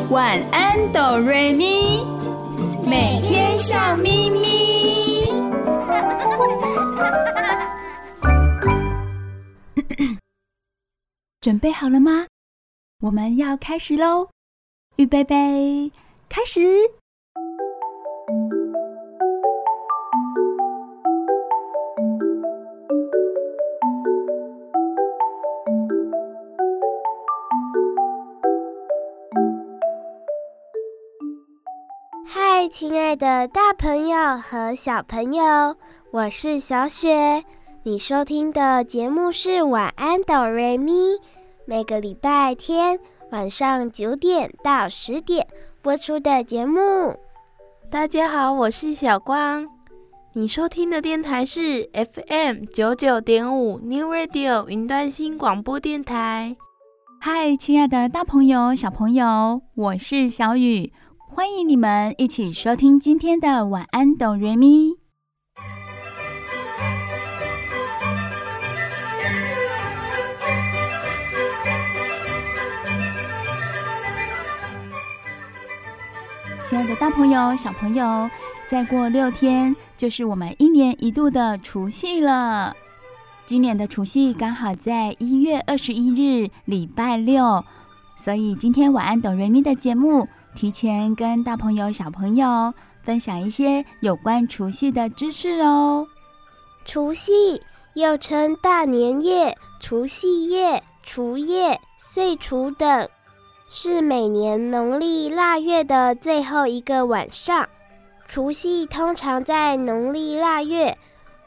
晚安哆瑞咪，每天笑眯眯。准备好了吗？我们要开始咯！预备备，开始！ 嗨，亲爱的大朋友和小朋友，我是小雪。你收听的节目是晚安哆瑞咪，每个礼拜天晚上9点到10点播出的节目。 大家好，我是小光。你收听的电台是 FM99.5 New Radio 云端新广播电台。 嗨，亲爱的大朋友小朋友，我是小雨，欢迎你们一起收听今天的晚安哆瑞咪。亲爱的大朋友小朋友，再过6天就是我们1年1度的除夕了。今年的除夕刚好在1月21日礼拜六，所以今天晚安哆瑞咪的节目提前跟大朋友小朋友分享一些有关除夕的知识哦。 除夕又称大年夜、除夕夜、除夜、岁除等，是每年农历腊月的最后一个晚上。除夕通常在农历腊月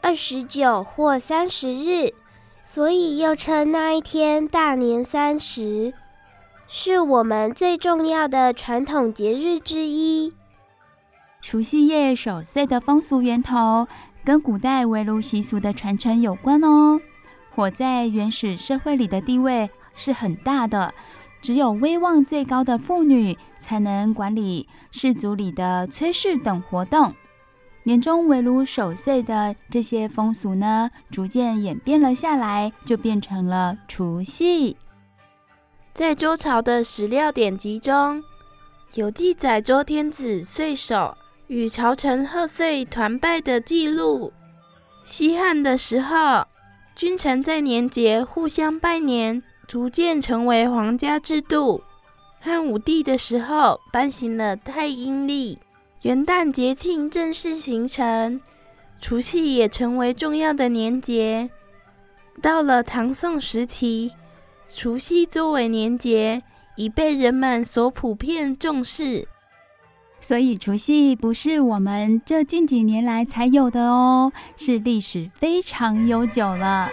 29或30日，所以又称那一天大年30，是我们最重要的传统节日之一。 除夕夜守岁的风俗源头跟古代围炉习俗的传承有关哦。火在原始社会里的地位是很大的，只有威望最高的妇女才能管理氏族里的炊事等活动。年终围炉守岁的这些风俗呢，逐渐演变了下来，就变成了除夕。 在周朝的史料典籍中，有记载周天子岁首与朝臣贺岁团拜的记录。西汉的时候，君臣在年节互相拜年，逐渐成为皇家制度。汉武帝的时候，颁行了太阴历，元旦节庆正式形成，除夕也成为重要的年节。到了唐宋时期，除夕作为年节，已被人们所普遍重视。 所以除夕不是我们这近几年来才有的哦，是历史非常悠久了。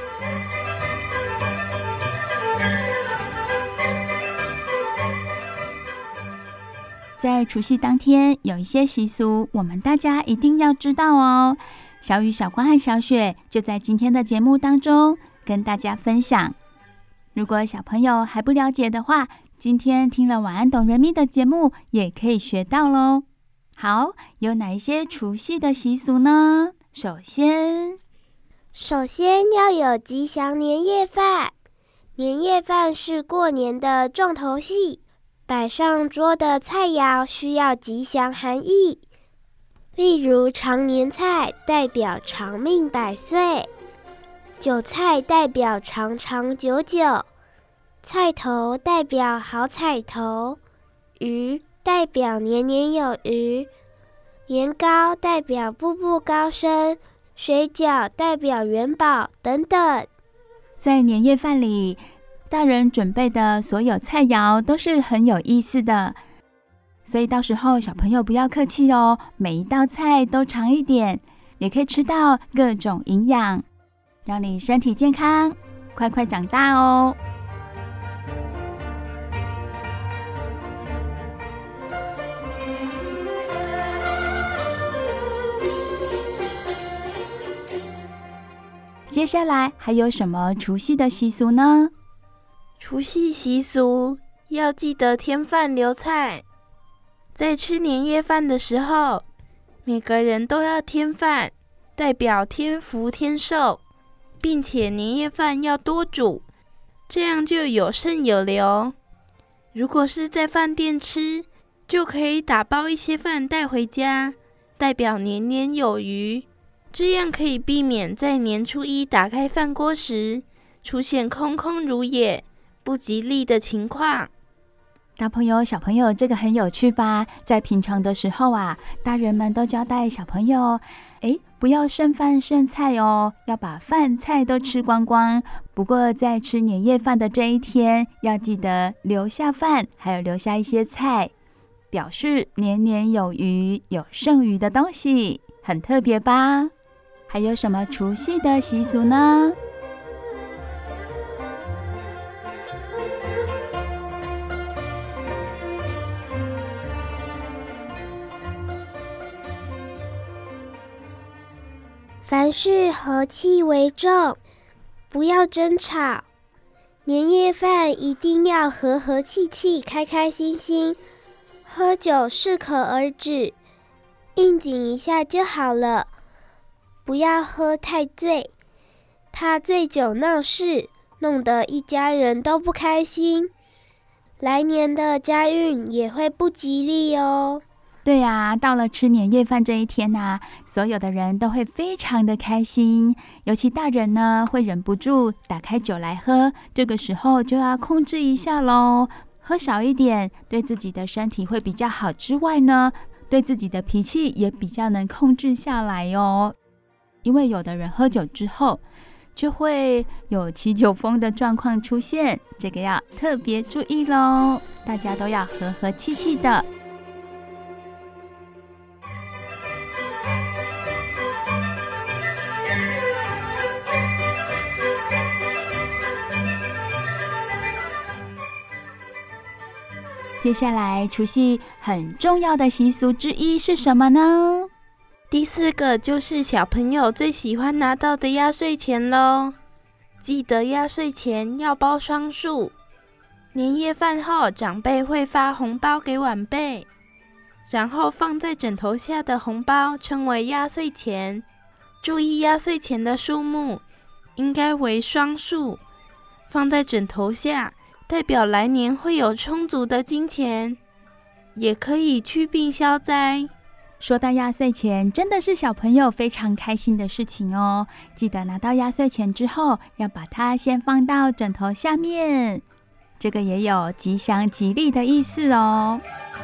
在除夕当天，有一些习俗我们大家一定要知道哦。小雨、小光和小雪就在今天的节目当中跟大家分享。如果小朋友还不了解的话，今天听了晚安哆瑞咪的节目也可以学到咯。好，有哪一些除夕的习俗呢？首先要有吉祥年夜饭。年夜饭是过年的重头戏，摆上桌的菜肴需要吉祥含义，例如长年菜代表长命百岁，韭菜代表长长久久，菜头代表好彩头，鱼代表年年有余，年糕代表步步高升，水饺代表元宝等等。 在年夜饭里，大人准备的所有菜肴都是很有意思的，所以到时候小朋友不要客气哦，每一道菜都尝一点，也可以吃到各种营养，让你身体健康，快快长大哦。接下来还有什么除夕的习俗呢？ 除夕习俗要记得添饭留菜，在吃年夜饭的时候，每个人都要添饭，代表添福添寿，并且年夜饭要多煮，这样就有剩有留。如果是在饭店吃， 就可以打包一些饭带回家，代表年年有余。这样可以避免在年初一打开饭锅时出现空空如也、不吉利的情况。 大朋友小朋友，这个很有趣吧？在平常的时候啊，大人们都交代小朋友不要剩饭剩菜哦，要把饭菜都吃光光。不过在吃年夜饭的这一天，要记得留下饭，还有留下一些菜，表示年年有余，有剩余的东西，很特别吧？还有什么除夕的习俗呢？ 凡事和气为重，不要争吵。年夜饭一定要和和气气、开开心心，喝酒适可而止，应景一下就好了，不要喝太醉，怕醉酒闹事，弄得一家人都不开心，来年的家运也会不吉利哦。 对啊，到了吃年夜饭这一天啊，所有的人都会非常的开心，尤其大人呢会忍不住打开酒来喝，这个时候就要控制一下咯，喝少一点，对自己的身体会比较好之外呢，对自己的脾气也比较能控制下来哦。因为有的人喝酒之后就会有起酒疯的状况出现，这个要特别注意咯，大家都要和和气气的。接下来除夕很重要的习俗之一是什么呢？ 第4个就是小朋友最喜欢拿到的压岁钱咯。记得压岁钱要包双数，年夜饭后长辈会发红包给晚辈，然后放在枕头下的红包称为压岁钱。注意压岁钱的数目应该为双数，放在枕头下代表来年会有充足的金钱，也可以祛病消灾。 说到压岁钱，真的是小朋友非常开心的事情哦。记得拿到压岁钱之后，要把它先放到枕头下面，这个也有吉祥吉利的意思哦。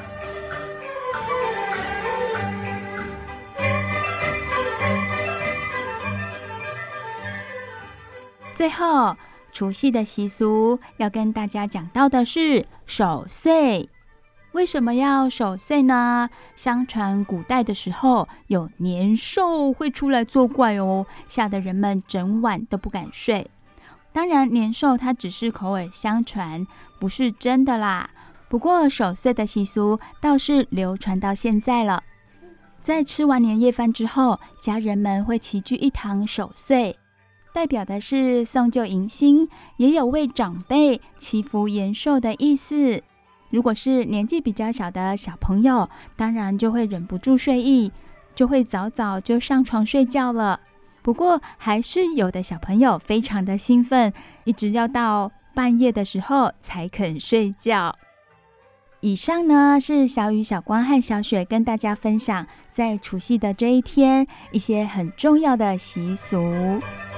最后，除夕的习俗要跟大家讲到的是守岁。为什么要守岁呢？相传古代的时候有年兽会出来作怪哦，吓得人们整晚都不敢睡。当然年兽它只是口耳相传，不是真的啦。不过守岁的习俗倒是流传到现在了。在吃完年夜饭之后，家人们会齐聚一堂守岁，代表的是送旧迎新，也有为长辈祈福延寿的意思。如果是年纪比较小的小朋友，当然就会忍不住睡意，就会早早就上床睡觉了。不过还是有的小朋友非常的兴奋，一直要到半夜的时候才肯睡觉。以上呢是小雨、小光和小雪跟大家分享在除夕的这一天一些很重要的习俗。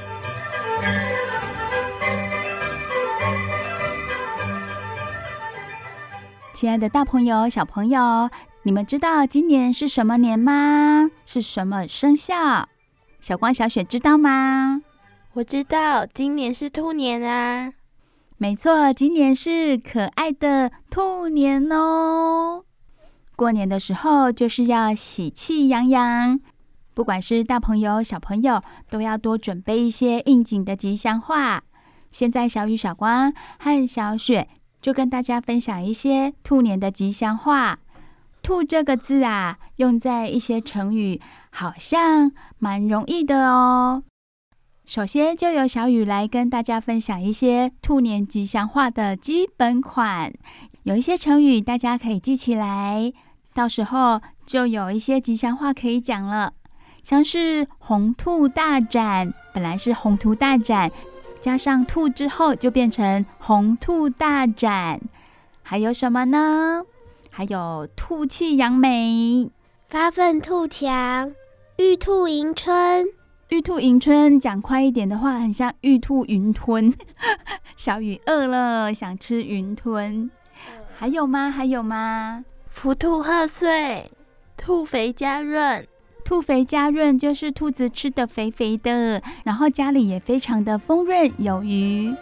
亲爱的大朋友小朋友，你们知道今年是什么年吗？是什么生肖？小光小雪知道吗？ 我知道，今年是兔年啊。 没错，今年是可爱的兔年哦。过年的时候就是要喜气洋洋，不管是大朋友小朋友都要多准备一些应景的吉祥话。现在小雨、小光和小雪就跟大家分享一些兔年的吉祥话。兔这个字啊，用在一些成语好像蛮容易的哦。首先就由小雨来跟大家分享一些兔年吉祥话的基本款，有一些成语大家可以记起来，到时候就有一些吉祥话可以讲了。像是红兔大展，本来是宏图大展，加上兔之后就变成红兔大展。还有什么呢？ 还有兔气扬眉、 发愤图强、玉兔迎春。 玉兔迎春讲快一点的话，很像玉兔云吞。小雨饿了，想吃云吞。还有吗？还有吗？ 福兔贺岁，兔肥家润。 兔肥家润就是兔子吃得肥肥的，然后家里也非常的丰润有余。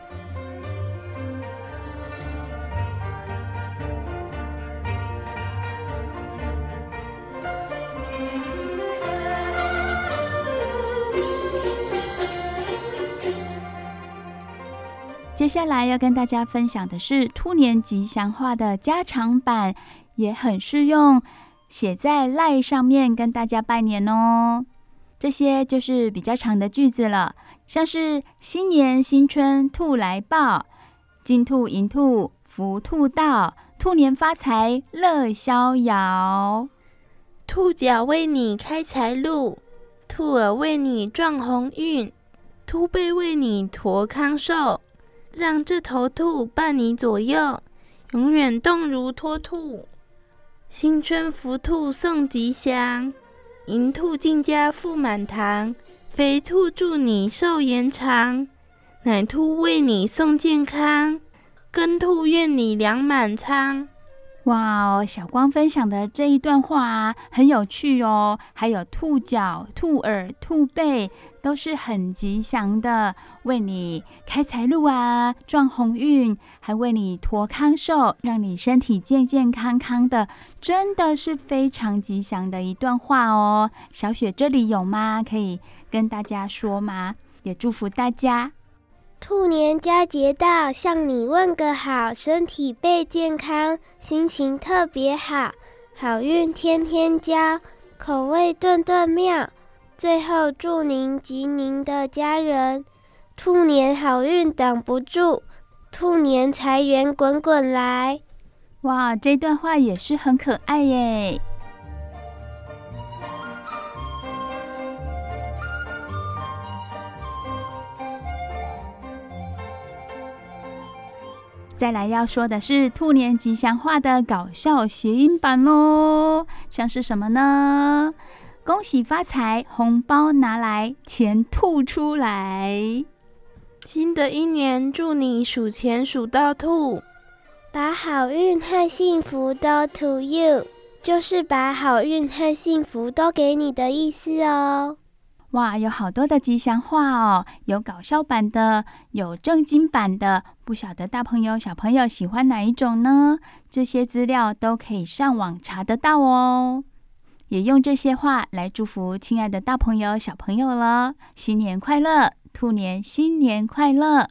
接下来要跟大家分享的是兔年吉祥话的加长版，也很适用，写在 LINE 上面跟大家拜年哦。这些就是比较长的句子了，像是新年新春兔来报，金兔银兔福兔到，兔年发财乐逍遥。 兔脚为你开财路，兔耳为你撞鸿运，兔背为你驮康寿，让这头兔伴你左右，永远动如脱兔。新春福兔送吉祥，银兔进家富满堂，肥兔祝你寿延长，奶兔为你送健康，耕兔愿你粮满仓。 哇哦，小光分享的这一段话啊，很有趣哦。还有兔脚、兔耳、兔背，都是很吉祥的，为你开财路啊，撞鸿运，还为你驮康寿，让你身体健健康康的，真的是非常吉祥的一段话哦。小雪这里有吗？可以跟大家说吗？也祝福大家。 兔年佳节到，向你问个好，身体倍健康，心情特别好，好运天天交，口味顿顿妙。最后祝您及您的家人，兔年好运挡不住，兔年财源滚滚来。 哇，这段话也是很可爱耶。再来要说的是兔年吉祥话的搞笑谐音版咯，像是什么呢？恭喜发财，红包拿来，钱吐出来。 新的一年祝你数钱数到吐， 把好运和幸福都 to you， 就是把好运和幸福都给你的意思哦。 哇，有好多的吉祥话哦，有搞笑版的，有正经版的，不晓得大朋友小朋友喜欢哪一种呢？这些资料都可以上网查得到哦。也用这些话来祝福亲爱的大朋友小朋友了，新年快乐，兔年新年快乐。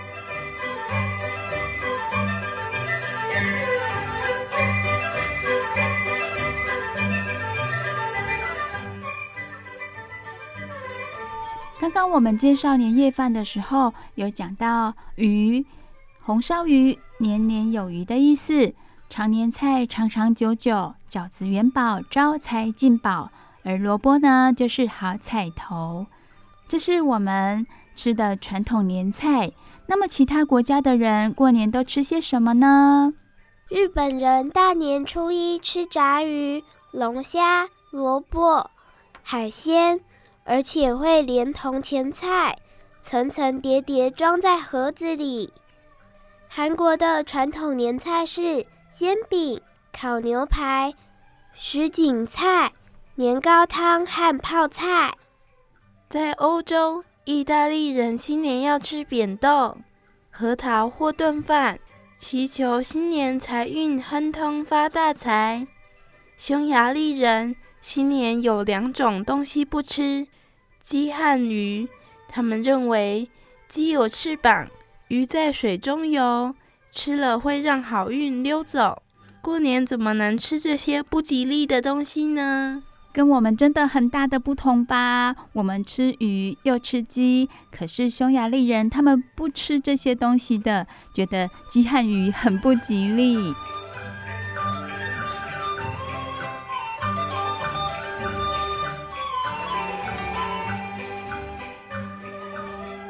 刚刚我们介绍年夜饭的时候，有讲到鱼，红烧鱼，年年有余的意思。常年菜长长久久，饺子元宝，招财进宝。而萝卜呢，就是好彩头。这是我们吃的传统年菜。那么其他国家的人过年都吃些什么呢？ 日本人大年初一吃炸鱼、龙虾、萝卜、海鲜，而且会连同前菜层层叠叠装在盒子里。韩国的传统年菜是煎饼、烤牛排、什锦菜、年糕汤和泡菜。 在欧洲，意大利人新年要吃扁豆、核桃或炖饭，祈求新年财运亨通发大财。匈牙利人新年有2种东西不吃，鸡和鱼。他们认为鸡有翅膀，鱼在水中游，吃了会让好运溜走。过年怎么能吃这些不吉利的东西呢？ 跟我们真的很大的不同吧？我们吃鱼又吃鸡，可是匈牙利人他们不吃这些东西的，觉得鸡和鱼很不吉利。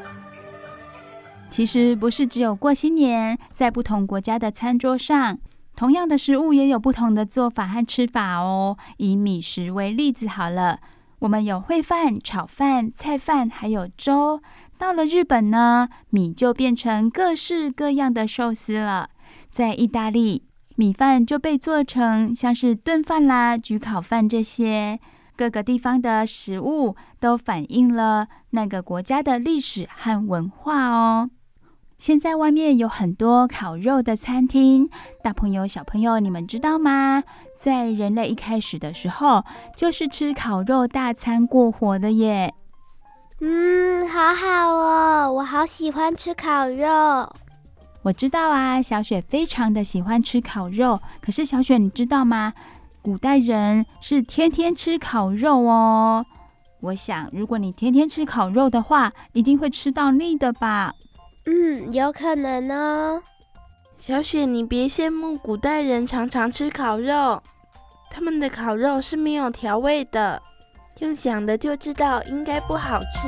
其实不是只有过新年，在不同国家的餐桌上， 同样的食物也有不同的做法和吃法哦。以米食为例子好了，我们有烩饭、炒饭、菜饭，还有粥。到了日本呢，米就变成各式各样的寿司了。在意大利，米饭就被做成像是炖饭啦、焗烤饭这些。各个地方的食物都反映了那个国家的历史和文化哦。现在外面有很多烤肉的餐厅，大朋友小朋友你们知道吗？在人类一开始的时候就是吃烤肉大餐过活的耶。 好好哦，我好喜欢吃烤肉。 我知道啊，小雪非常的喜欢吃烤肉。可是小雪你知道吗？古代人是天天吃烤肉哦。我想如果你天天吃烤肉的话，一定会吃到腻的吧。 有可能哦。 小雪，你别羡慕古代人常常吃烤肉，他们的烤肉是没有调味的，用想的就知道应该不好吃。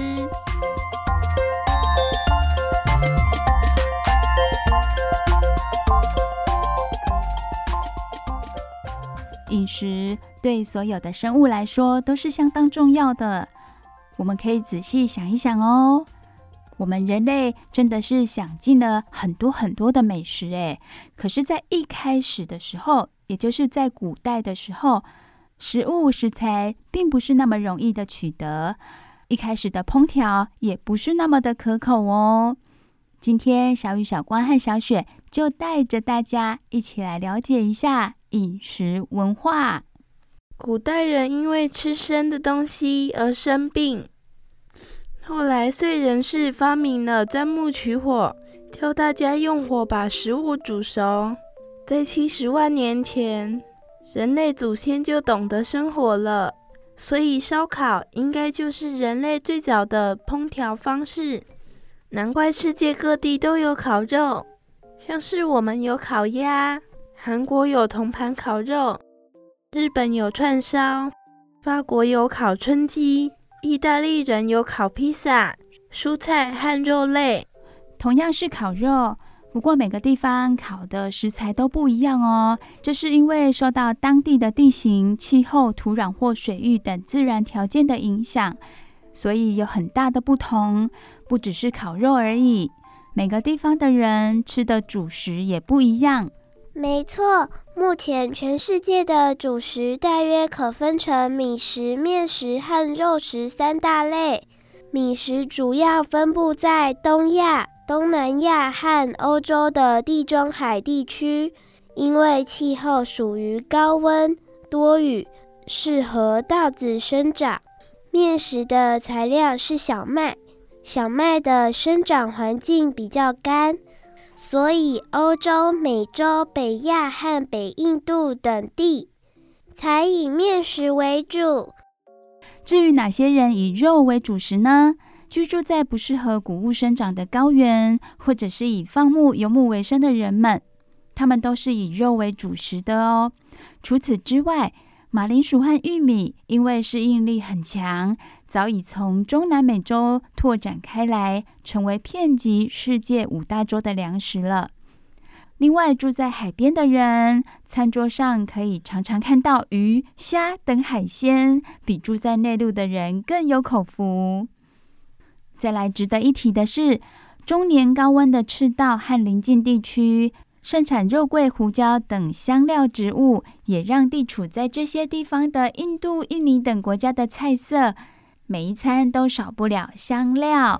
饮食对所有的生物来说都是相当重要的，我们可以仔细想一想哦。我们人类真的是享尽了很多很多的美食诶，可是在一开始的时候，也就是在古代的时候，食材并不是那么容易的取得，一开始的烹调也不是那么的可口哦。今天小雨、小光和小雪就带着大家一起来了解一下饮食文化。 古代人因为吃生的东西而生病，后来燧人氏发明了钻木取火，教大家用火把食物煮熟。在70万年前，人类祖先就懂得生火了，所以烧烤应该就是人类最早的烹调方式。难怪世界各地都有烤肉，像是我们有烤鸭，韩国有铜盘烤肉，日本有串烧，法国有烤春鸡，意大利人有烤披萨，蔬菜和肉类。 同样是烤肉，不过每个地方烤的食材都不一样哦。这是因为受到当地的地形、气候、土壤或水域等自然条件的影响，所以有很大的不同。不只是烤肉而已，每个地方的人吃的主食也不一样。 没错，目前全世界的主食大约可分成米食、面食和肉食3大类。米食主要分布在东亚、东南亚和欧洲的地中海地区，因为气候属于高温多雨，适合稻子生长。面食的材料是小麦，小麦的生长环境比较干，所以欧洲、美洲、北亚和北印度等地才以面食为主。 至于哪些人以肉为主食呢？居住在不适合谷物生长的高原，或者是以放牧游牧为生的人们，他们都是以肉为主食的哦。除此之外，马铃薯和玉米因为适应力很强，早已从中南美洲拓展开来，成为遍及世界5大洲的粮食了。另外，住在海边的人，餐桌上可以常常看到鱼、虾等海鲜，比住在内陆的人更有口福。再来值得一提的是，终年高温的赤道和邻近地区盛产肉桂、胡椒等香料植物，也让地处在这些地方的印度、印尼等国家的菜色，每一餐都少不了香料。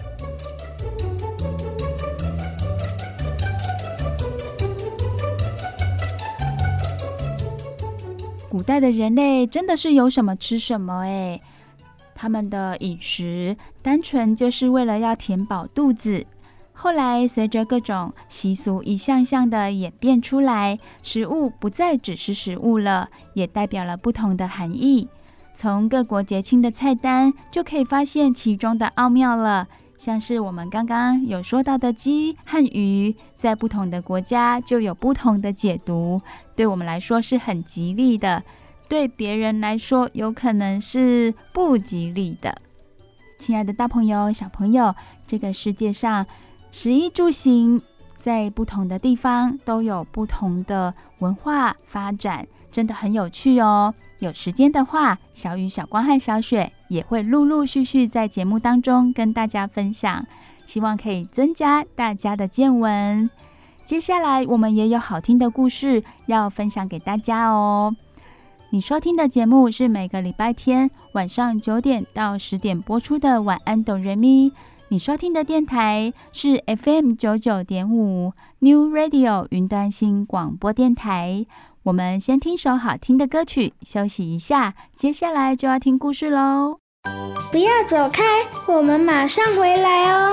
古代的人类真的是有什么吃什么耶，他们的饮食单纯就是为了要填饱肚子。后来随着各种习俗一项项的演变出来，食物不再只是食物了，也代表了不同的含义。从各国节庆的菜单就可以发现其中的奥妙了，像是我们刚刚有说到的鸡和鱼，在不同的国家就有不同的解读，对我们来说是很吉利的，对别人来说有可能是不吉利的。亲爱的大朋友小朋友，这个世界上食衣住行在不同的地方都有不同的文化发展，真的很有趣哦。有时间的话，小雨、小光和小雪也会陆陆续续在节目当中跟大家分享，希望可以增加大家的见闻。接下来我们也有好听的故事要分享给大家哦。你收听的节目是每个礼拜天晚上9点到10点播出的晚安哆瑞咪。你收听的电台是 FM 99.5 New Radio 云端新广播电台。我们先听首好听的歌曲休息一下，接下来就要听故事咯。 不要走开，我们马上回来哦。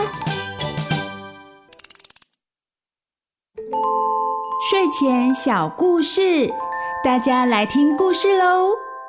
睡前小故事，大家来听故事咯。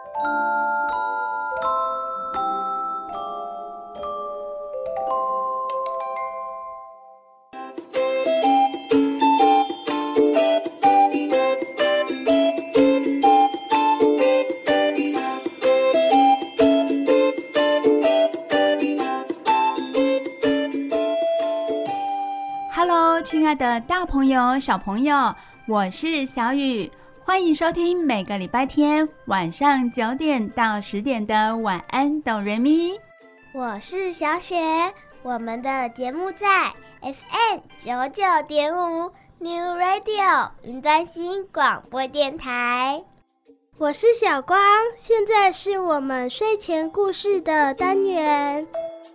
亲爱的大朋友小朋友，我是小雨，欢迎收听每个礼拜天晚上9点到10点的晚安哆瑞咪。 我是小雪，我们的节目在 FM 99.5 New Radio 云端新广播电台。我是小光，现在是我们睡前故事的单元。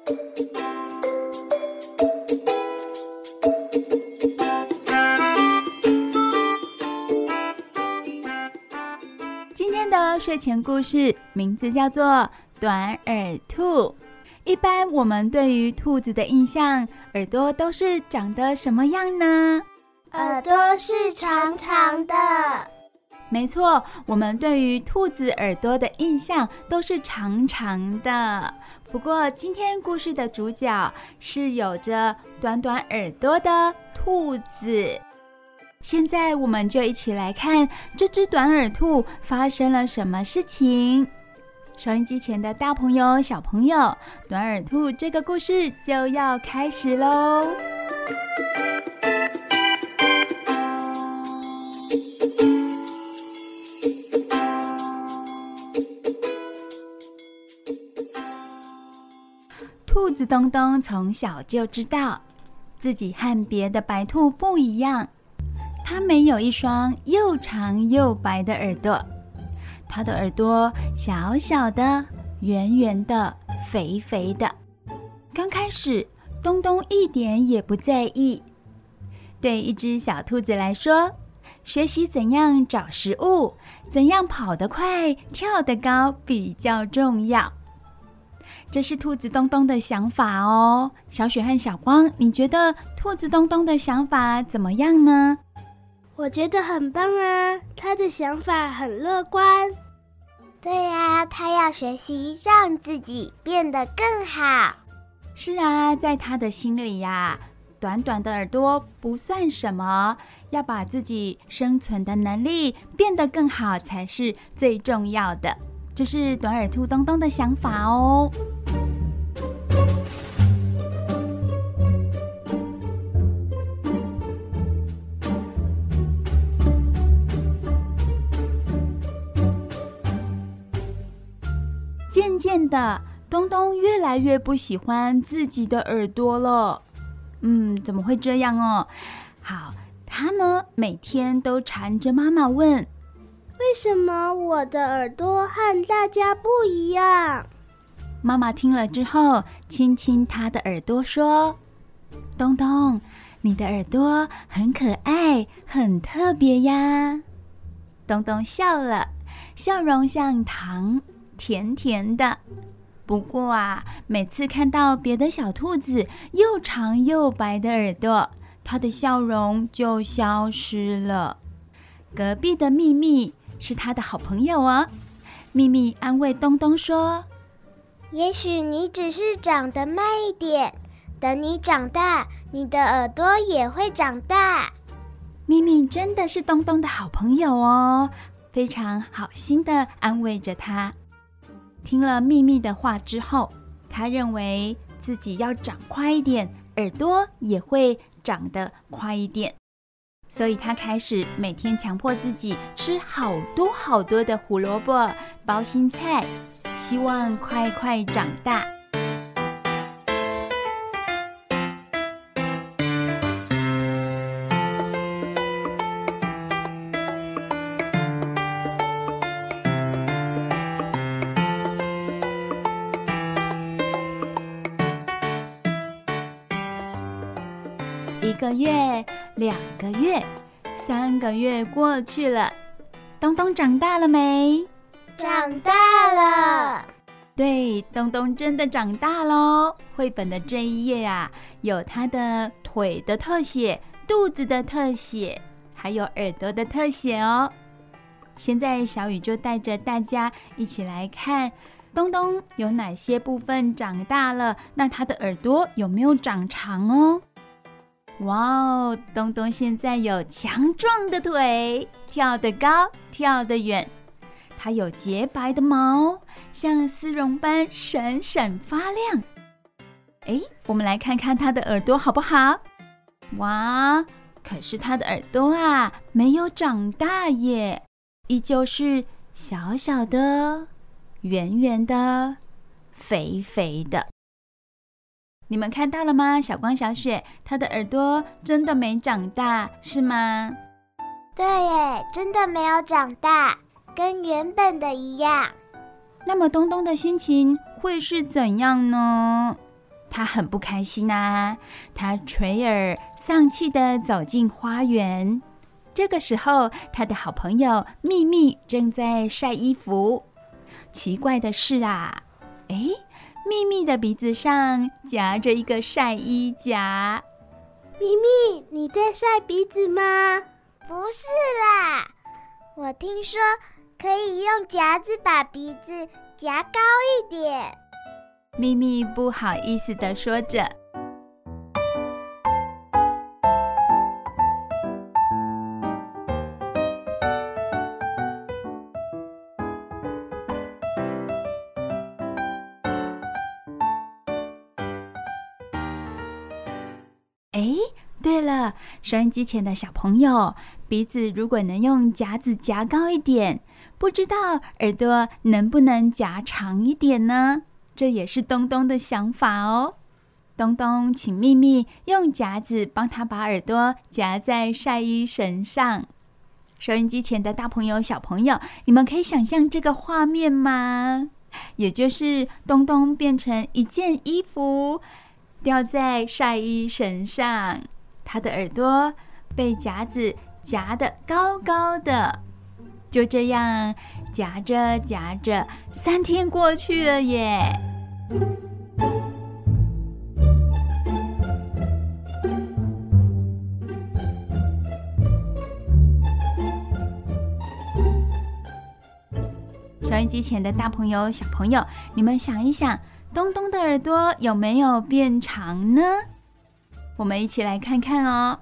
今天的睡前故事名字叫做短耳兔。一般我们对于兔子的印象，耳朵都是长得什么样呢？ 耳朵是长长的。 没错，我们对于兔子耳朵的印象都是长长的。不过今天故事的主角是有着短短耳朵的兔子。现在我们就一起来看这只短耳兔发生了什么事情。收音机前的大朋友小朋友，短耳兔这个故事就要开始咯。兔子东东从小就知道自己和别的白兔不一样，它没有一双又长又白的耳朵，它的耳朵小小的、圆圆的、肥肥的。刚开始，东东一点也不在意。对一只小兔子来说，学习怎样找食物、怎样跑得快、跳得高比较重要。这是兔子东东的想法哦。小雪和小光，你觉得兔子东东的想法怎么样呢？ 我觉得很棒啊，他的想法很乐观。对啊，他要学习让自己变得更好。 是啊，在他的心里呀，短短的耳朵不算什么，要把自己生存的能力变得更好才是最重要的。这是短耳兔东东的想法哦。渐渐的，东东越来越不喜欢自己的耳朵了。怎么会这样哦？好，他呢每天都缠着妈妈问， 为什么我的耳朵和大家不一样？ 妈妈听了之后，亲亲他的耳朵说，东东，你的耳朵很可爱，很特别呀。东东笑了，笑容像糖，甜甜的。不过啊，每次看到别的小兔子又长又白的耳朵，它的笑容就消失了。隔壁的秘密是他的好朋友哦。秘密安慰东东说， 也许你只是长得慢一点，等你长大，你的耳朵也会长大。 秘密真的是东东的好朋友哦，非常好心的安慰着他。听了秘密的话之后，他认为自己要长快一点，耳朵也会长得快一点。所以他开始每天强迫自己吃好多好多的胡萝卜、包心菜，希望快快长大。1个月、2个月、3个月过去了，东东长大了没？ 长大了。 对，东东真的长大咯。绘本的这一页啊，有他的腿的特写、肚子的特写，还有耳朵的特写哦。现在小雨就带着大家一起来看东东有哪些部分长大了，那他的耳朵有没有长长哦？哇哦，东东现在有强壮的腿，跳得高，跳得远。它有洁白的毛，像丝绒般闪闪发亮。我们来看看它的耳朵好不好？哇，可是它的耳朵啊，没有长大耶，依旧是小小的、圆圆的、肥肥的。你们看到了吗？小光、小雪，他的耳朵真的没长大，是吗？ 对耶，真的没有长大，跟原本的一样。 那么东东的心情会是怎样呢？他很不开心啊，他垂耳丧气地走进花园。这个时候，他的好朋友秘密正在晒衣服。奇怪的是啊，秘密的鼻子上夹着一个晒衣夹。 咪咪，你在晒鼻子吗？不是啦，我听说可以用夹子把鼻子夹高一点。 咪咪不好意思地说着。对了，收音机前的小朋友，鼻子如果能用夹子夹高一点，不知道耳朵能不能夹长一点呢？这也是东东的想法哦。东东请秘密用夹子帮他把耳朵夹在晒衣绳上。收音机前的大朋友、小朋友，你们可以想象这个画面吗？也就是东东变成一件衣服，吊在晒衣绳上，他的耳朵被夹子夹得高高的。就这样夹着夹着，3天过去了耶。收音机前的大朋友、小朋友，你们想一想，东东的耳朵有没有变长呢？我们一起来看看哦。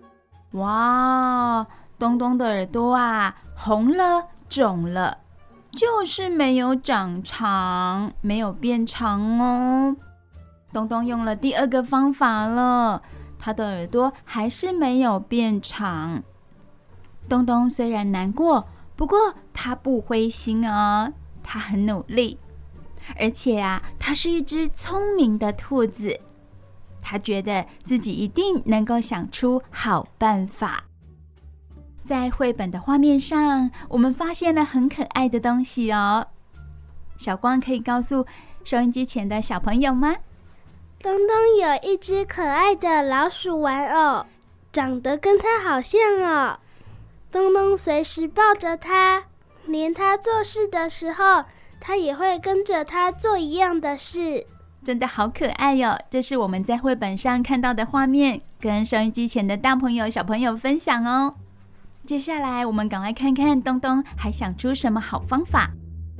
哇，东东的耳朵啊，红了、肿了，就是没有长长，没有变长哦。东东用了第2个方法了，他的耳朵还是没有变长。东东虽然难过，不过他不灰心哦，他很努力。而且啊，他是一只聪明的兔子，他觉得自己一定能够想出好办法。在绘本的画面上，我们发现了很可爱的东西哦。小光可以告诉收音机前的小朋友吗？ 东东有一只可爱的老鼠玩偶，长得跟它好像哦。东东随时抱着它，连它做事的时候，它也会跟着它做一样的事。 真的好可爱哟！这是我们在绘本上看到的画面，跟收音机前的大朋友、小朋友分享哦。接下来我们赶快看看东东还想出什么好方法。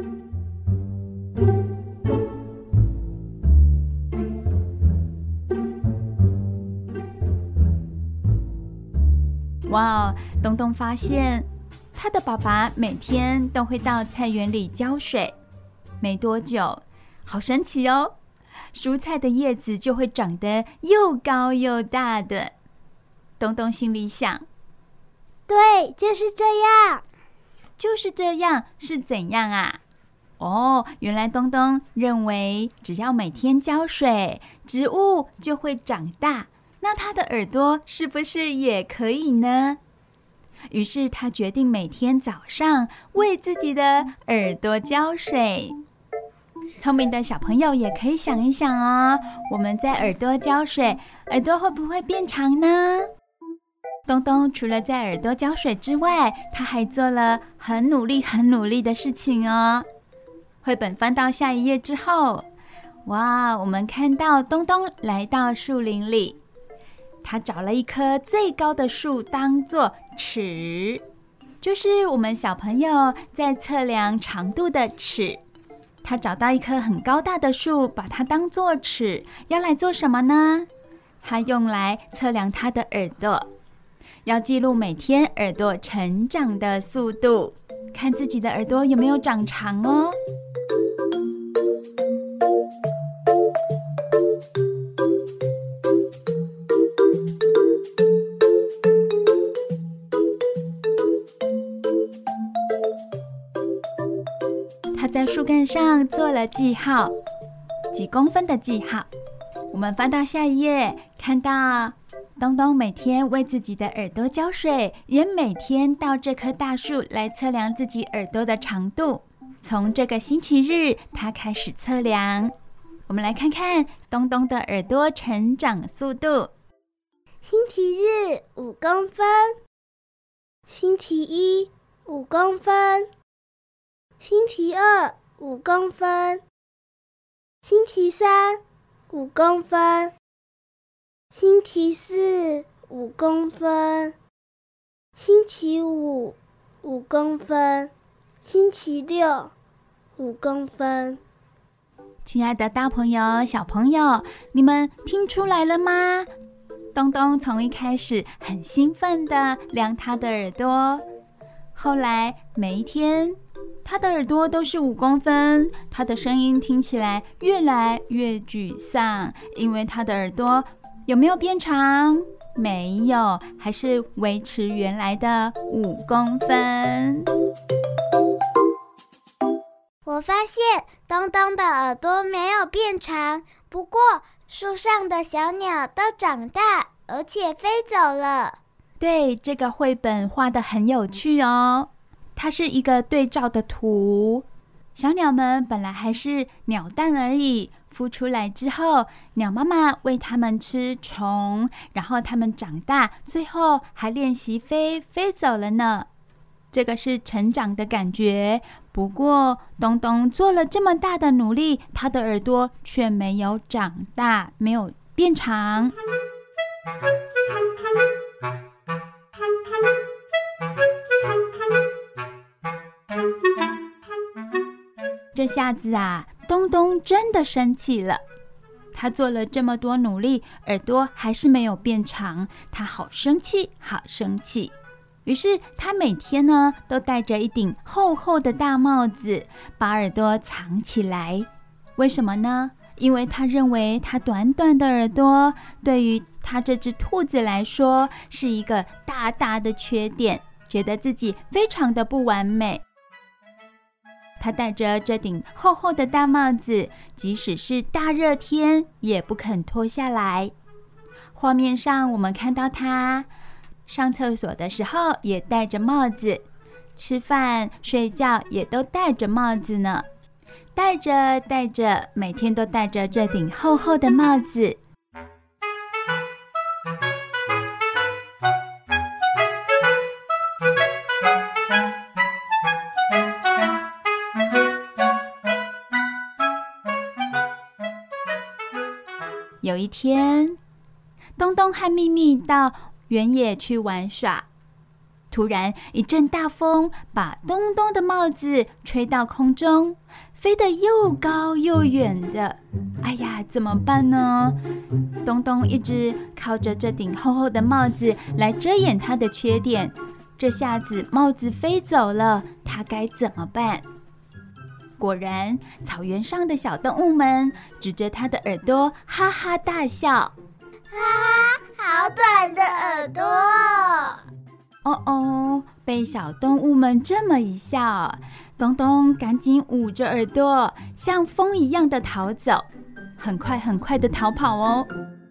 哇哦，东东发现他的爸爸每天都会到菜园里浇水，没多久，好神奇哦，蔬菜的叶子就会长得又高又大的。 东东心里想。 对，就是这样。 就是这样是怎样啊？哦，原来东东认为只要每天浇水，植物就会长大，那他的耳朵是不是也可以呢？于是他决定每天早上为自己的耳朵浇水。聪明的小朋友也可以想一想哦，我们在耳朵浇水，耳朵会不会变长呢？东东除了在耳朵浇水之外，他还做了很努力的事情哦。绘本翻到下一页之后，哇，我们看到东东来到树林里，他找了一棵最高的树当作尺，就是我们小朋友在测量长度的尺。他找到一棵很高大的树，把它当作尺，要来做什么呢？他用来测量他的耳朵，要记录每天耳朵成长的速度，看自己的耳朵有没有长长哦。他在树干上做了记号，几公分的记号。我们翻到下一页，看到东东每天为自己的耳朵浇水，也每天到这棵大树来测量自己耳朵的长度。从这个星期日，他开始测量。我们来看看东东的耳朵成长速度。 星期日5公分，星期一5公分，星期二5公分，星期三5公分，星期四5公分，星期五5公分，星期六5公分。 亲爱的大朋友、小朋友，你们听出来了吗？东东从一开始很兴奋地量他的耳朵，后来每一天他的耳朵都是5公分，他的声音听起来越来越沮丧，因为他的耳朵有没有变长？没有，还是维持原来的5公分。 我发现东东的耳朵没有变长，不过树上的小鸟都长大，而且飞走了。 对，这个绘本画得很有趣哦。它是一个对照的图，小鸟们本来还是鸟蛋而已，孵出来之后，鸟妈妈喂它们吃虫，然后它们长大，最后还练习飞走了呢。这个是成长的感觉。不过东东做了这么大的努力，他的耳朵却没有长大，没有变长。这下子啊，东东真的生气了。他做了这么多努力，耳朵还是没有变长，他好生气，好生气。于是他每天呢都戴着一顶厚厚的大帽子，把耳朵藏起来。为什么呢？因为他认为他短短的耳朵对于他这只兔子来说是一个大大的缺点，觉得自己非常的不完美。他戴着这顶厚厚的大帽子，即使是大热天也不肯脱下来。画面上我们看到他上厕所的时候也戴着帽子，吃饭睡觉也都戴着帽子呢。戴着，每天都戴着这顶厚厚的帽子。有一天，东东和秘密到原野去玩耍，突然一阵大风把东东的帽子吹到空中，飞得又高又远的。哎呀，怎么办呢？东东一直靠着这顶厚厚的帽子来遮掩他的缺点，这下子帽子飞走了，他该怎么办？果然，草原上的小动物们指着他的耳朵哈哈大笑。 好短的耳朵。 哦哦，被小动物们这么一笑，东东赶紧捂着耳朵，像风一样的逃走，很快很快的逃跑哦。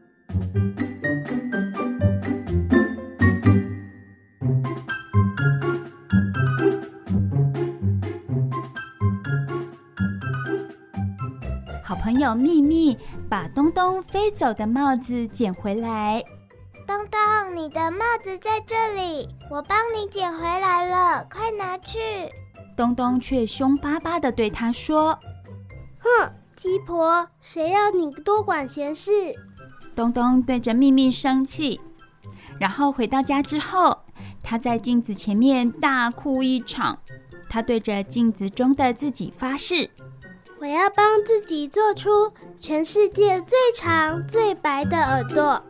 好朋友秘密把东东飞走的帽子捡回来。 东东，你的帽子在这里，我帮你捡回来了，快拿去。 东东却凶巴巴地对他说： 哼，鸡婆，谁要你多管闲事？ 东东对着秘密生气，然后回到家之后，他在镜子前面大哭一场。他对着镜子中的自己发誓： 我要帮自己做出全世界最长最白的耳朵。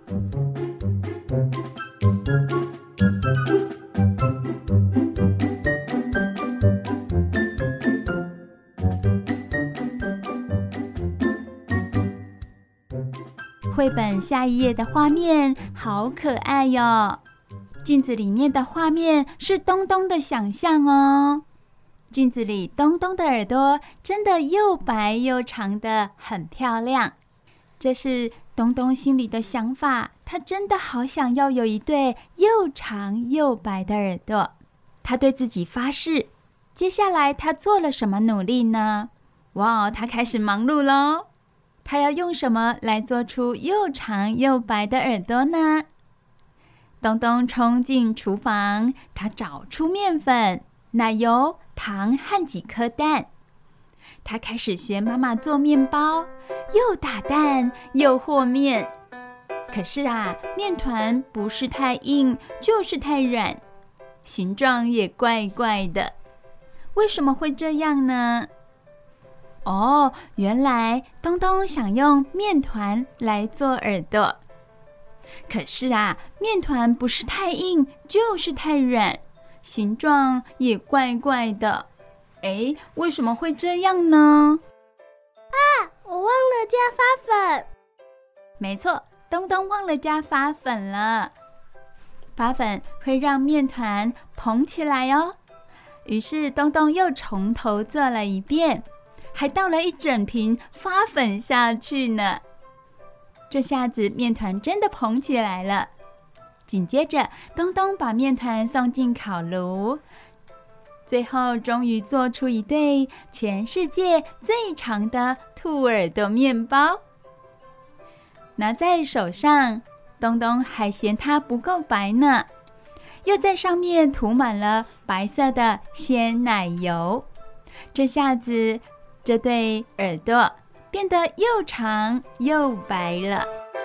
绘本下一页的画面好可爱哟！镜子里面的画面是东东的想象哦。镜子里东东的耳朵真的又白又长的，很漂亮。这是东东心里的想法，他真的好想要有一对又长又白的耳朵。他对自己发誓，接下来他做了什么努力呢？哇，他开始忙碌咯。他要用什么来做出又长又白的耳朵呢？东东冲进厨房，他找出面粉、奶油、糖和几颗蛋。他开始学妈妈做面包，又打蛋又和面。可是啊，面团不是太硬，就是太软，形状也怪怪的。为什么会这样呢？哦，原来东东想用面团来做耳朵。可是啊，面团不是太硬，就是太软，形状也怪怪的。诶，为什么会这样呢？ 我忘了加发粉。 没错，东东忘了加发粉了。发粉会让面团蓬起来哦。于是东东又从头做了一遍，还倒了一整瓶发粉下去呢。这下子面团真的蓬起来了。紧接着，东东把面团送进烤炉，最后终于做出一对全世界最长的兔耳朵面包。拿在手上，东东还嫌它不够白呢，又在上面涂满了白色的鲜奶油。这下子，这对耳朵变得又长又白了。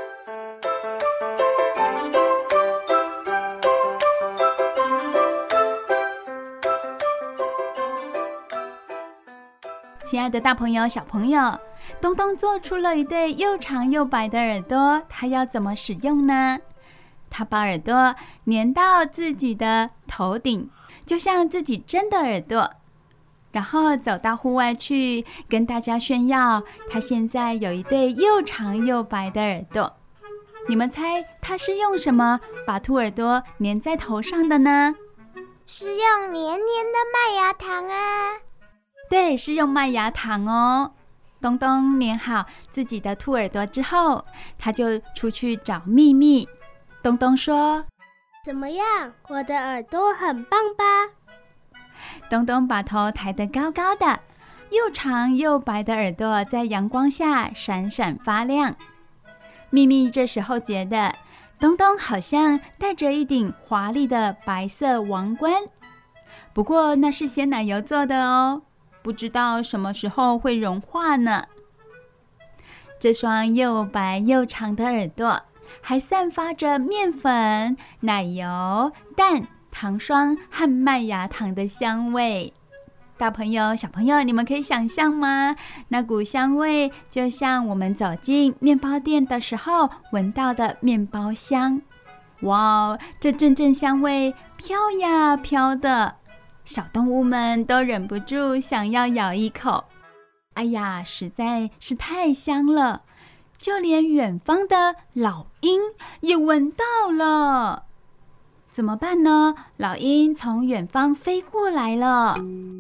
亲爱的大朋友、小朋友，东东做出了一对又长又白的耳朵，他要怎么使用呢？他把耳朵粘到自己的头顶，就像自己真的耳朵，然后走到户外去跟大家炫耀，他现在有一对又长又白的耳朵。你们猜他是用什么把兔耳朵粘在头上的呢？ 是用黏黏的麦芽糖啊。 对，是用麦芽糖哦。东东粘好自己的兔耳朵之后，他就出去找秘密。东东说： 怎么样，我的耳朵很棒吧？ 东东把头抬得高高的，又长又白的耳朵在阳光下闪闪发亮。秘密这时候觉得东东好像戴着一顶华丽的白色王冠，不过那是鲜奶油做的哦，不知道什么时候会融化呢。这双又白又长的耳朵还散发着面粉、奶油、蛋、糖霜和麦芽糖的香味。大朋友、小朋友，你们可以想象吗？那股香味就像我们走进面包店的时候闻到的面包香。哇，这阵阵香味飘呀飘的，小动物们都忍不住想要咬一口。哎呀，实在是太香了！ 就连远方的老鹰也闻到了。怎么办呢？老鹰从远方飞过来了。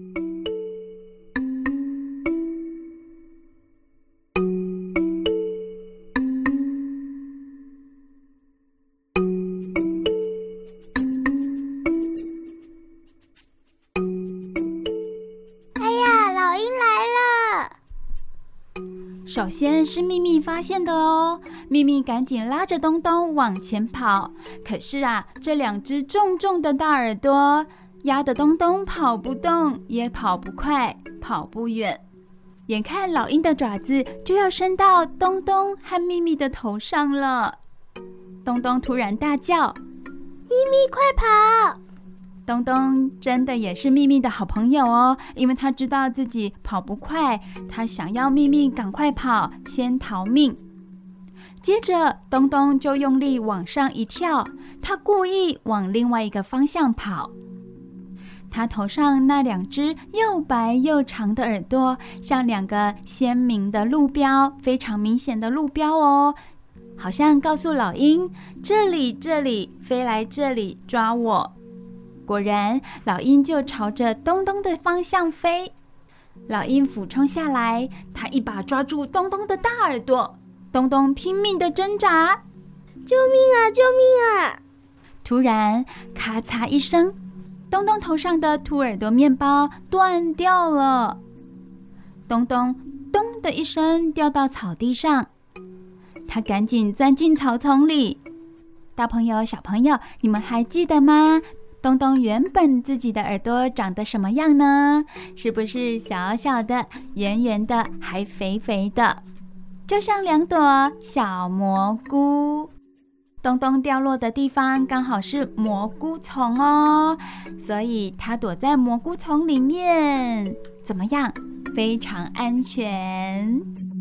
首先是秘密发现的哦，秘密赶紧拉着东东往前跑。可是啊，这2只重重的大耳朵压得东东跑不动，也跑不快，跑不远。眼看老鹰的爪子就要伸到东东和秘密的头上了，东东突然大叫：“ 秘密，快跑！” 东东真的也是秘密的好朋友哦，因为他知道自己跑不快，他想要秘密赶快跑，先逃命。接着东东就用力往上一跳，他故意往另外一个方向跑。他头上那2只又白又长的耳朵，像2个鲜明的路标，非常明显的路标哦，好像告诉老鹰：这里，这里，飞来这里抓我。果然，老鹰就朝着东东的方向飞。老鹰俯冲下来，他一把抓住东东的大耳朵，东东拼命的挣扎：“ 救命啊！救命啊！” 突然，咔嚓一声，东东头上的兔耳朵面包断掉了。东东咚的一声掉到草地上，他赶紧钻进草丛里。大朋友、小朋友，你们还记得吗？东东原本自己的耳朵长得什么样呢？是不是小小的、圆圆的，还肥肥的，就像2朵小蘑菇？东东掉落的地方刚好是蘑菇丛哦，所以它躲在蘑菇丛里面，怎么样？非常安全。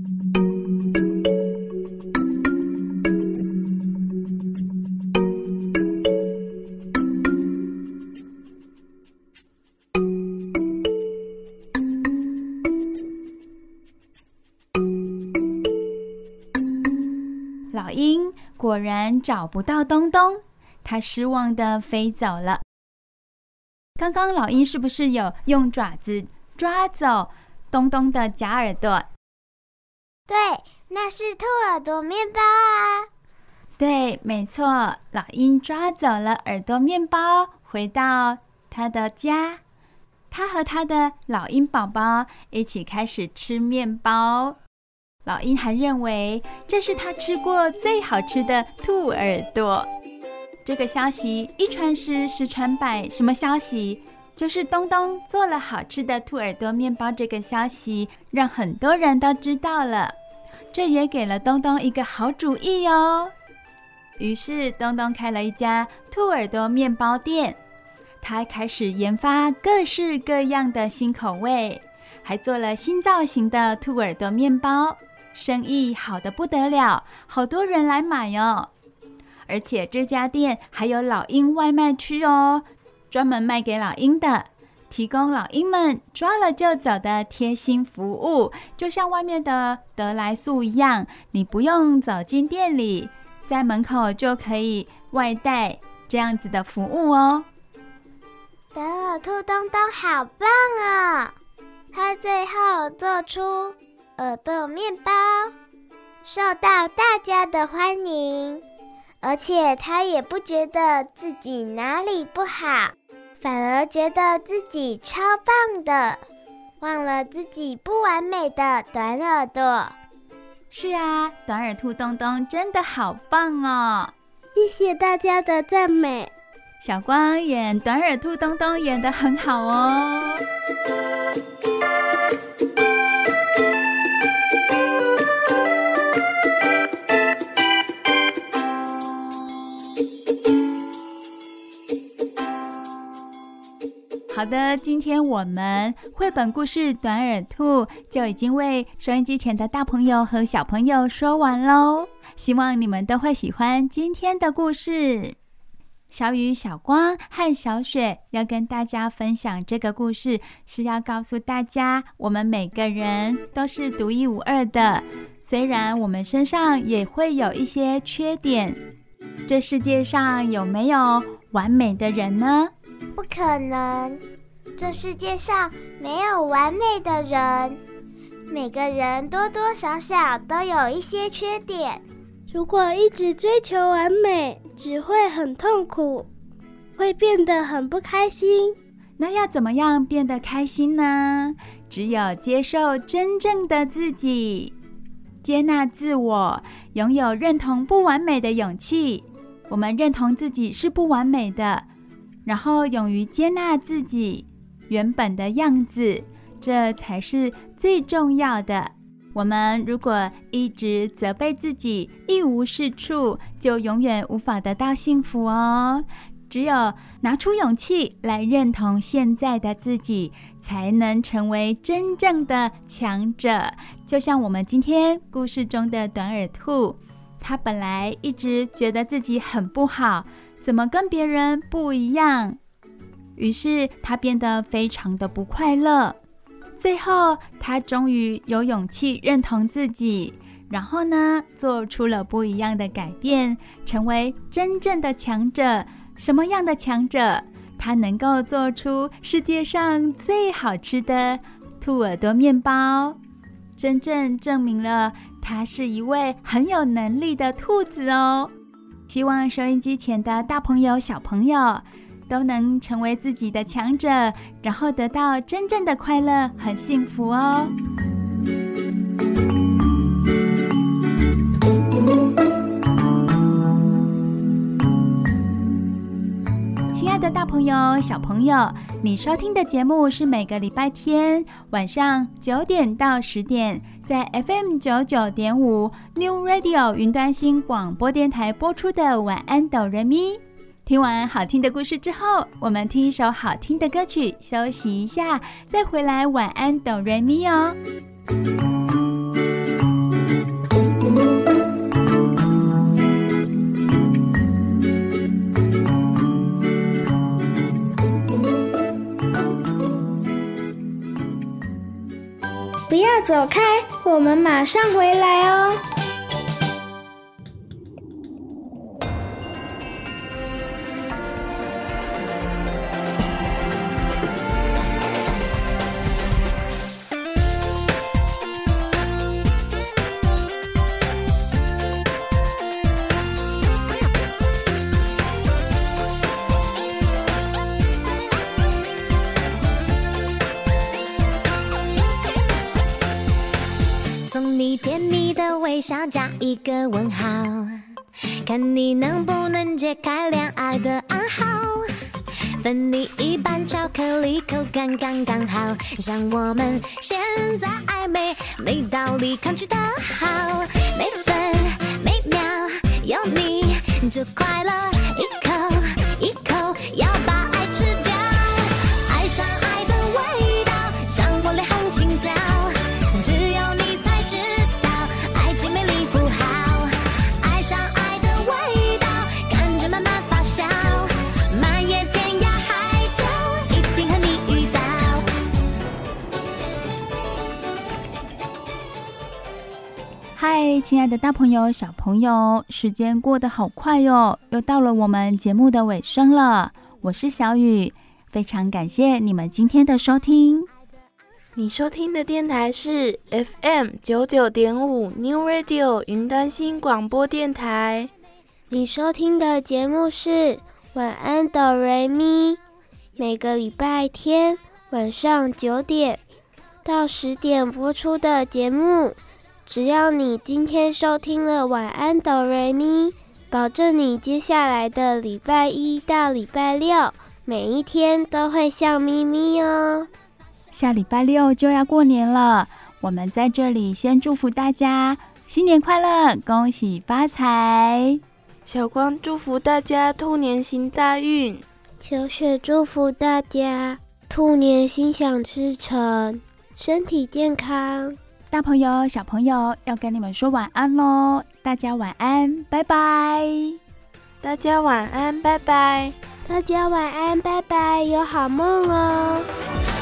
老鹰果然找不到东东，它失望地飞走了。刚刚老鹰是不是有用爪子抓走东东的假耳朵？ 对，那是兔耳朵面包啊。 对，没错，老鹰抓走了耳朵面包，回到他的家。他和他的老鹰宝宝一起开始吃面包。老鹰还认为这是他吃过最好吃的兔耳朵。这个消息一传十，十传百，什么消息？就是东东做了好吃的兔耳朵面包这个消息，让很多人都知道了。这也给了东东一个好主意哦。于是东东开了一家兔耳朵面包店，他开始研发各式各样的新口味，还做了新造型的兔耳朵面包，生意好得不得了，好多人来买哦。而且这家店还有老鹰外卖区哦，专门卖给老鹰的，提供老鹰们抓了就走的贴心服务，就像外面的得来速一样，你不用走进店里，在门口就可以外带这样子的服务哦。 短耳兔东东好棒哦，他最后做出耳朵面包，受到大家的欢迎，而且他也不觉得自己哪里不好，反而觉得自己超棒的，忘了自己不完美的短耳朵。 是啊，短耳兔东东真的好棒哦！ 谢谢大家的赞美。 小光演短耳兔东东演得很好哦。好的，今天我们绘本故事短耳兔就已经为收音机前的大朋友和小朋友说完咯，希望你们都会喜欢今天的故事。小雨、小光和小雪要跟大家分享这个故事，是要告诉大家我们每个人都是独一无二的， 虽然我们身上也会有一些缺点，这世界上有没有完美的人呢？ 不可能，这世界上没有完美的人，每个人多多少少都有一些缺点。 如果一直追求完美，只会很痛苦，会变得很不开心。 那要怎么样变得开心呢？只有接受真正的自己，接纳自我，拥有认同不完美的勇气。我们认同自己是不完美的，然后勇于接纳自己原本的样子，这才是最重要的。我们如果一直责备自己，一无是处，就永远无法得到幸福哦。只有拿出勇气来认同现在的自己，才能成为真正的强者。就像我们今天故事中的短耳兔，他本来一直觉得自己很不好，怎么跟别人不一样，于是他变得非常的不快乐。最后他终于有勇气认同自己，然后呢，做出了不一样的改变，成为真正的强者。什么样的强者？他能够做出世界上最好吃的兔耳朵面包，真正证明了他是一位很有能力的兔子哦。希望收音机前的大朋友小朋友都能成为自己的强者，然后得到真正的快乐和幸福哦。亲爱的大朋友小朋友，你收听的节目是每个礼拜天晚上9点到10点在 FM 99.5 New Radio 云端新广播电台播出的晚安哆瑞咪。听完好听的故事之后，我们听一首好听的歌曲休息一下，再回来晚安哆瑞咪哦。 不要走开，我们马上回来哦。 送你甜蜜的微笑加一个问号，看你能不能解开恋爱的暗号。分你一半巧克力，口感刚刚好，像我们现在暧昧，没道理抗拒的好。每分每秒有你就快乐，一口一口要把爱吃掉，爱上爱的味道，让我脸红心跳。只有你才知道爱情美丽符号，爱上爱的味道，感觉慢慢发酵，漫野天涯海角，一定和你遇到。 嗨，亲爱的大朋友小朋友，时间过得好快哟，又到了我们节目的尾声了。我是小雨，非常感谢你们今天的收听。 你收听的电台是 FM 99.5 New Radio 云端新广播电台。 你收听的节目是晚安哆瑞咪，每个礼拜天晚上9点到10点播出的节目。只要你今天收听了晚安哆瑞咪，保证你接下来的礼拜1到礼拜6每一天都会像咪咪哦。 下礼拜6就要过年了，我们在这里先祝福大家新年快乐，恭喜发财。 小光祝福大家兔年行大运。 小雪祝福大家兔年心想事成，身体健康。 大朋友小朋友要跟你们说晚安咯，大家晚安，拜拜。 大家晚安，拜拜。 大家晚安，拜拜，有好梦哦。